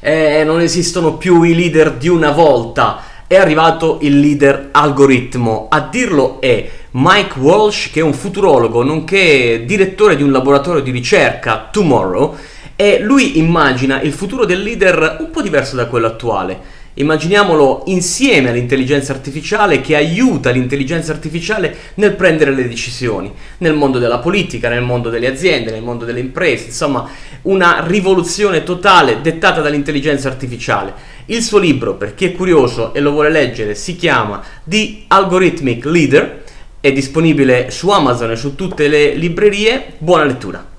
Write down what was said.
non esistono più i leader di una volta, è arrivato il leader algoritmo. A dirlo è Mike Walsh, che è un futurologo nonché direttore di un laboratorio di ricerca, Tomorrow, e lui immagina il futuro del leader un po' diverso da quello attuale. Immaginiamolo insieme all'intelligenza artificiale che aiuta l'intelligenza artificiale nel prendere le decisioni, nel mondo della politica, nel mondo delle aziende, nel mondo delle imprese, insomma una rivoluzione totale dettata dall'intelligenza artificiale. Il suo libro, per chi è curioso e lo vuole leggere, si chiama The Algorithmic Leader, è disponibile su Amazon e su tutte le librerie. Buona lettura!